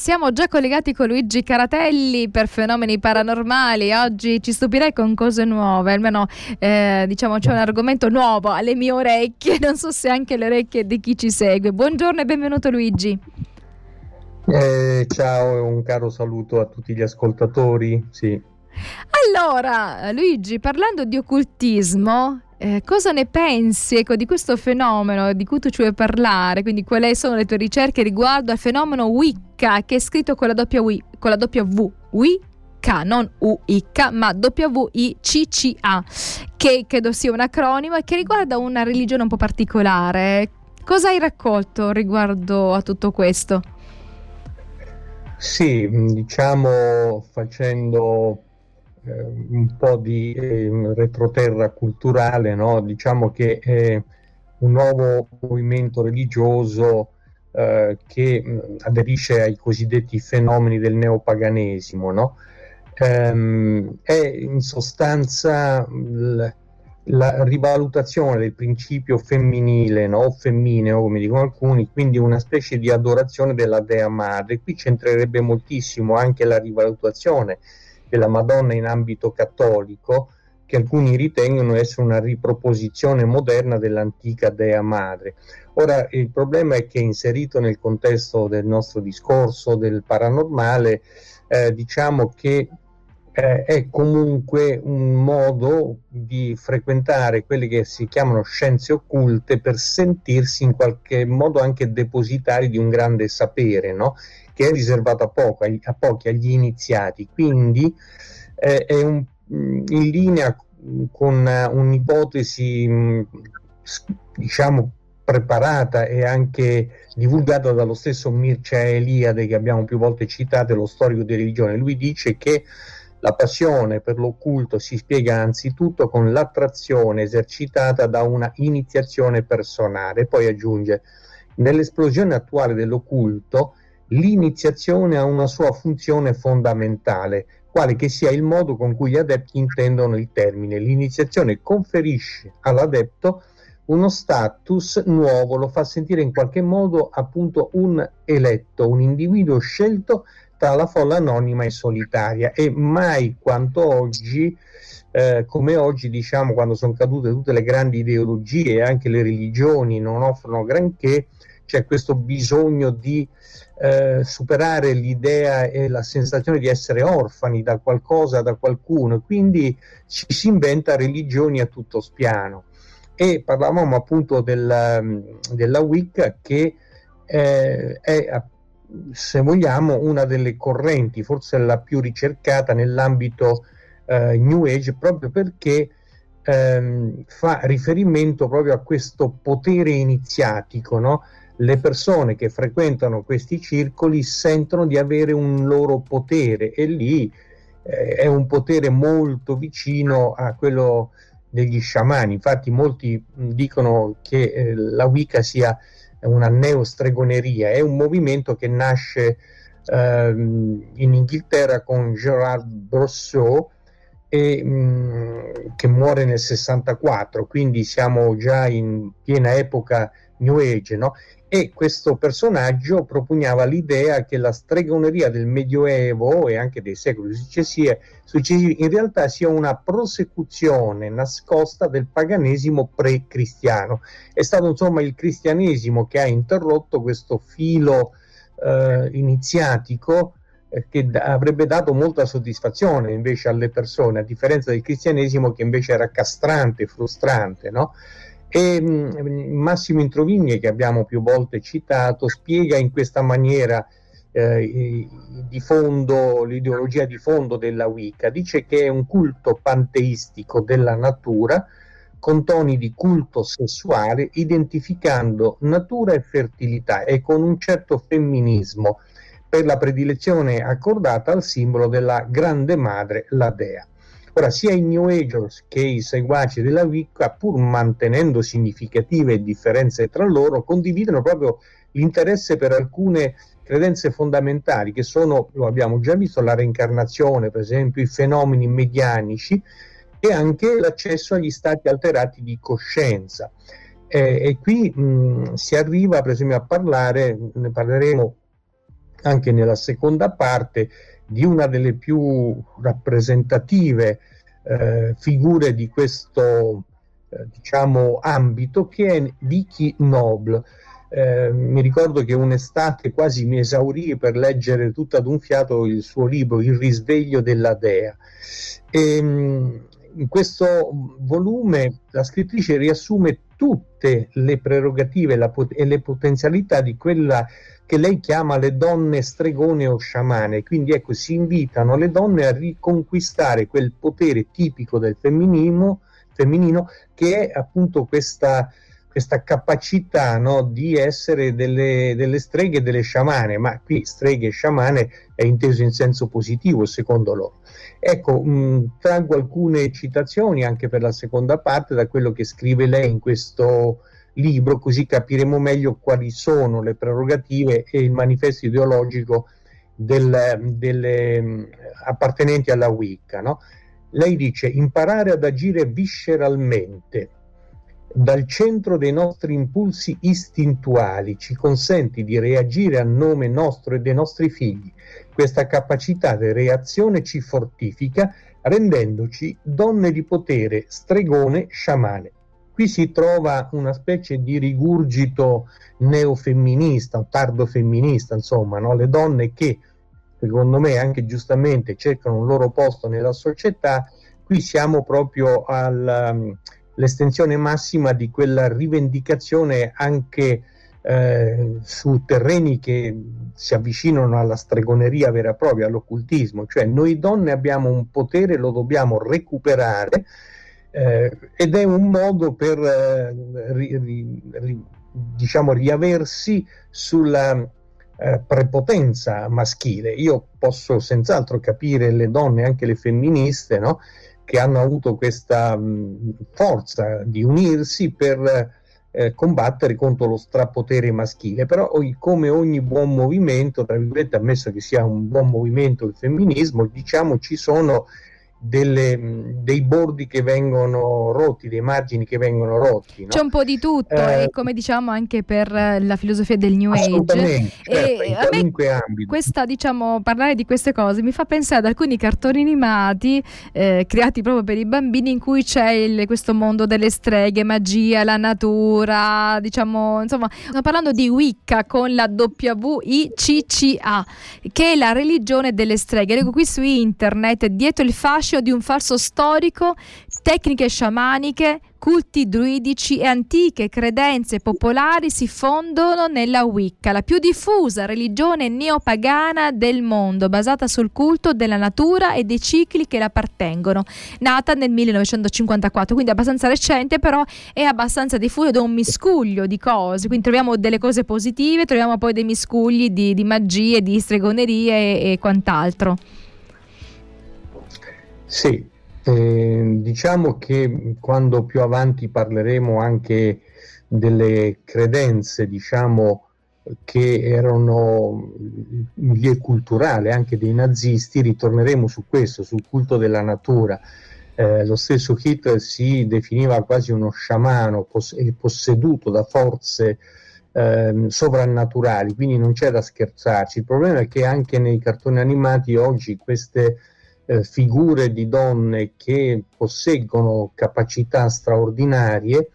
Siamo già collegati con Luigi Caratelli per Fenomeni Paranormali. Oggi ci stupirai con cose nuove, almeno diciamo c'è un argomento nuovo alle mie orecchie, non so se anche le orecchie di chi ci segue. Buongiorno e benvenuto Luigi. Ciao e un caro saluto a tutti gli ascoltatori. Sì. Allora Luigi, parlando di occultismo, cosa ne pensi, ecco, di questo fenomeno di cui tu ci vuoi parlare? Quindi quali sono le tue ricerche riguardo al fenomeno Wicca, che è scritto con la W, Wicca, non U-I-C, ma W-I-C-C-A, che credo sia un acronimo e che riguarda una religione un po' particolare. Cosa hai raccolto riguardo a tutto questo? Sì, diciamo facendo un po' di retroterra culturale, no? Diciamo che è un nuovo movimento religioso che aderisce ai cosiddetti fenomeni del neopaganesimo, no? È in sostanza la rivalutazione del principio femminile, no? O femmineo, come dicono alcuni, quindi una specie di adorazione della Dea Madre. Qui c'entrerebbe moltissimo anche la rivalutazione della Madonna in ambito cattolico, che alcuni ritengono essere una riproposizione moderna dell'antica Dea Madre. Ora, il problema è che inserito nel contesto del nostro discorso del paranormale, diciamo che è comunque un modo di frequentare quelle che si chiamano scienze occulte per sentirsi in qualche modo anche depositari di un grande sapere, no? Che è riservato a pochi, agli iniziati. Quindi è in linea con un'ipotesi, diciamo, preparata e anche divulgata dallo stesso Mircea Eliade, che abbiamo più volte citato, lo storico di religione. Lui dice che la passione per l'occulto si spiega anzitutto con l'attrazione esercitata da una iniziazione personale. Poi aggiunge: nell'esplosione attuale dell'occulto, l'iniziazione ha una sua funzione fondamentale, quale che sia il modo con cui gli adepti intendono il termine. L'iniziazione conferisce all'adepto uno status nuovo, lo fa sentire in qualche modo appunto un eletto, un individuo scelto tra la folla anonima e solitaria, e mai quanto oggi, come oggi, diciamo, quando sono cadute tutte le grandi ideologie e anche le religioni non offrono granché, c'è questo bisogno di superare l'idea e la sensazione di essere orfani da qualcosa, da qualcuno, quindi ci si inventa religioni a tutto spiano. E parlavamo appunto della Wicca, che è, se vogliamo, una delle correnti, forse la più ricercata nell'ambito New Age, proprio perché fa riferimento proprio a questo potere iniziatico, no? Le persone che frequentano questi circoli sentono di avere un loro potere, e lì è un potere molto vicino a quello degli sciamani. Infatti molti dicono che la Wicca sia una neostregoneria. È un movimento che nasce in Inghilterra con Gerard Brosseau e che muore nel 64, quindi siamo già in piena epoca New Age, no? E questo personaggio propugnava l'idea che la stregoneria del Medioevo e anche dei secoli successivi in realtà sia una prosecuzione nascosta del paganesimo pre-cristiano. È stato insomma il cristianesimo che ha interrotto questo filo iniziatico che avrebbe dato molta soddisfazione invece alle persone, a differenza del cristianesimo che invece era castrante, frustrante, no? E Massimo Introvigne, che abbiamo più volte citato, spiega in questa maniera di fondo, l'ideologia di fondo della Wicca. Dice che è un culto panteistico della natura con toni di culto sessuale, identificando natura e fertilità, e con un certo femminismo, per la predilezione accordata al simbolo della grande madre, la Dea. Ora, sia i New Agers che i seguaci della Wicca, pur mantenendo significative differenze tra loro, condividono proprio l'interesse per alcune credenze fondamentali, che sono, lo abbiamo già visto, la reincarnazione, per esempio, i fenomeni medianici e anche l'accesso agli stati alterati di coscienza. E qui si arriva, per esempio, a parlare, ne parleremo anche nella seconda parte, di una delle più rappresentative figure di questo diciamo ambito, che è Vicky Noble. Mi ricordo che un'estate quasi mi esaurii per leggere tutto ad un fiato il suo libro Il risveglio della Dea. In questo volume la scrittrice riassume tutte le prerogative e le potenzialità di quella che lei chiama le donne stregone o sciamane. Quindi ecco, si invitano le donne a riconquistare quel potere tipico del femminino, che è appunto questa capacità, no, di essere delle streghe e delle sciamane, ma qui streghe e sciamane è inteso in senso positivo secondo loro. Ecco, traggo alcune citazioni anche per la seconda parte da quello che scrive lei in questo libro, così capiremo meglio quali sono le prerogative e il manifesto ideologico delle appartenenti alla Wicca, no? Lei dice: imparare ad agire visceralmente dal centro dei nostri impulsi istintuali ci consente di reagire a nome nostro e dei nostri figli. Questa capacità di reazione ci fortifica, rendendoci donne di potere, stregone, sciamane. Qui si trova una specie di rigurgito neofemminista, un tardo femminista, insomma, no? Le donne che, secondo me, anche giustamente cercano un loro posto nella società. Qui siamo proprio all'estensione massima di quella rivendicazione anche su terreni che si avvicinano alla stregoneria vera e propria, all'occultismo. Cioè noi donne abbiamo un potere, lo dobbiamo recuperare, ed è un modo per diciamo riaversi sulla prepotenza maschile. Io posso senz'altro capire le donne, anche le femministe, no? Che hanno avuto questa forza di unirsi per combattere contro lo strapotere maschile, però come ogni buon movimento, tra virgolette, ammesso che sia un buon movimento il femminismo, diciamo ci sono dei bordi che vengono rotti, dei margini che vengono rotti, no? C'è un po' di tutto, e come diciamo anche per la filosofia del New Age, certo, e in qualunque ambito. Questa, diciamo, parlare di queste cose mi fa pensare ad alcuni cartoni animati creati proprio per i bambini, in cui c'è questo mondo delle streghe, magia, la natura, diciamo, insomma, sto parlando di Wicca con la WICCA, che è la religione delle streghe. Leggo qui su internet: dietro il fascio di un falso storico, tecniche sciamaniche, culti druidici e antiche credenze popolari si fondono nella Wicca, la più diffusa religione neopagana del mondo, basata sul culto della natura e dei cicli che la appartengono, nata nel 1954, quindi abbastanza recente, però è abbastanza diffuso ed è un miscuglio di cose. Quindi troviamo delle cose positive, troviamo poi dei miscugli di magie, di stregonerie e quant'altro. Sì, diciamo che quando più avanti parleremo anche delle credenze, diciamo, che erano il milieu culturale anche dei nazisti, ritorneremo su questo, sul culto della natura. Lo stesso Hitler si definiva quasi uno sciamano posseduto da forze sovrannaturali, quindi non c'è da scherzarci. Il problema è che anche nei cartoni animati oggi queste figure di donne che posseggono capacità straordinarie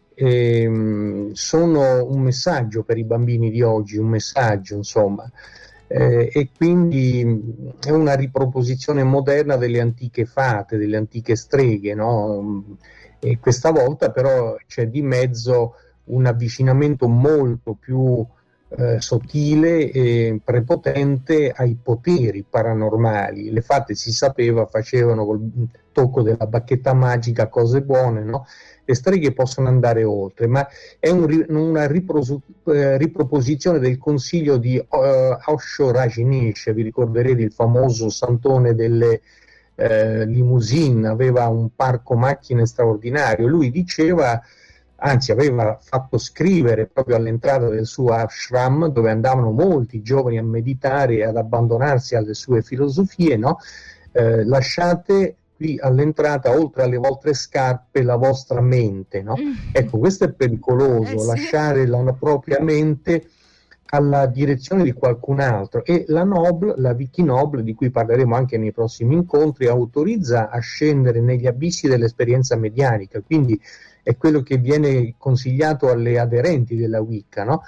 sono un messaggio per i bambini di oggi, un messaggio, insomma, e quindi è una riproposizione moderna delle antiche fate, delle antiche streghe, no? E questa volta però c'è di mezzo un avvicinamento molto più sottile e prepotente ai poteri paranormali. Le fate, si sapeva, facevano col tocco della bacchetta magica cose buone, no? Le streghe possono andare oltre, ma è una riproposizione del consiglio di Osho Rajneesh. Vi ricorderete il famoso santone delle limousine, aveva un parco macchine straordinario. Lui diceva, anzi aveva fatto scrivere proprio all'entrata del suo ashram, dove andavano molti giovani a meditare e ad abbandonarsi alle sue filosofie, no? Lasciate qui all'entrata, oltre alle vostre scarpe, la vostra mente, no? Ecco, questo è pericoloso, sì. Lasciare la propria mente alla direzione di qualcun altro, e la Noble, la Vicky Noble, di cui parleremo anche nei prossimi incontri, autorizza a scendere negli abissi dell'esperienza medianica, quindi è quello che viene consigliato alle aderenti della Wicca, no?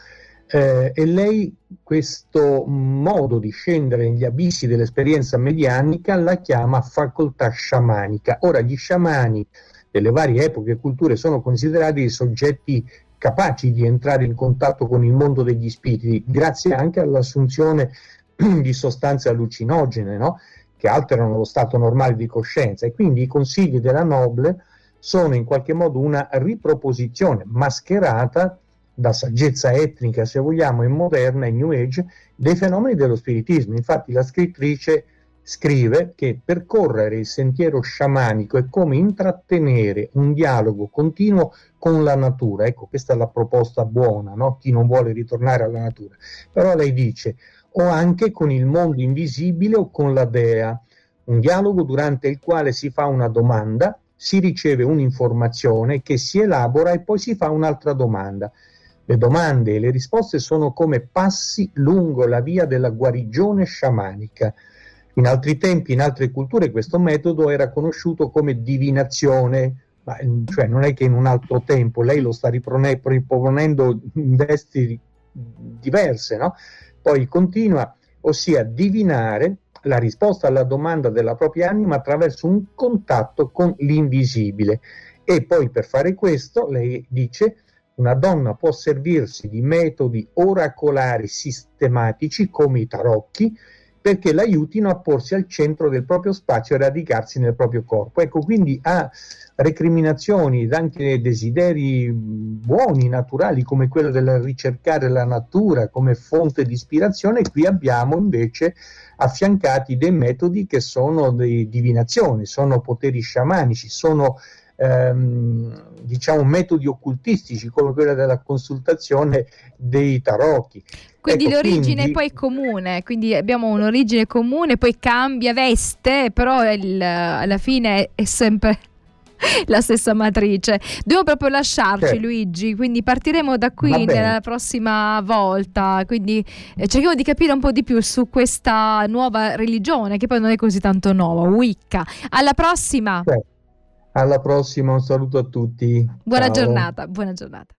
E lei questo modo di scendere negli abissi dell'esperienza medianica la chiama facoltà sciamanica. Ora, gli sciamani delle varie epoche e culture sono considerati dei soggetti capaci di entrare in contatto con il mondo degli spiriti, grazie anche all'assunzione di sostanze allucinogene, no? Che alterano lo stato normale di coscienza, e quindi i consigli della Noble sono in qualche modo una riproposizione mascherata da saggezza etnica, se vogliamo, e moderna e New Age, dei fenomeni dello spiritismo. Infatti la scrittrice scrive che percorrere il sentiero sciamanico è come intrattenere un dialogo continuo con la natura. Ecco, questa è la proposta buona, no? Chi non vuole ritornare alla natura. Però lei dice, o anche con il mondo invisibile o con la dea, un dialogo durante il quale si fa una domanda, si riceve un'informazione che si elabora e poi si fa un'altra domanda. Le domande e le risposte sono come passi lungo la via della guarigione sciamanica. In altri tempi, in altre culture, questo metodo era conosciuto come divinazione, ma cioè non è che in un altro tempo, lei lo sta riproponendo in vesti diverse, no? Poi continua, ossia divinare la risposta alla domanda della propria anima attraverso un contatto con l'invisibile. E poi per fare questo, lei dice, una donna può servirsi di metodi oracolari sistematici come i tarocchi, perché l'aiutino a porsi al centro del proprio spazio e a radicarsi nel proprio corpo. Ecco, quindi ha recriminazioni ed anche desideri buoni, naturali, come quello del ricercare la natura come fonte di ispirazione. Qui abbiamo invece affiancati dei metodi che sono di divinazione, sono poteri sciamanici, sono diciamo metodi occultistici come quella della consultazione dei tarocchi. Quindi ecco, l'origine poi è comune, quindi abbiamo un'origine comune, poi cambia veste, però alla fine è sempre la stessa matrice. Devo proprio lasciarci, certo. Luigi, quindi partiremo da qui nella prossima volta, quindi cerchiamo di capire un po' di più su questa nuova religione, che poi non è così tanto nuova, Wicca. Alla prossima! Certo. Alla prossima, un saluto a tutti. Buona Ciao. giornata, buona giornata.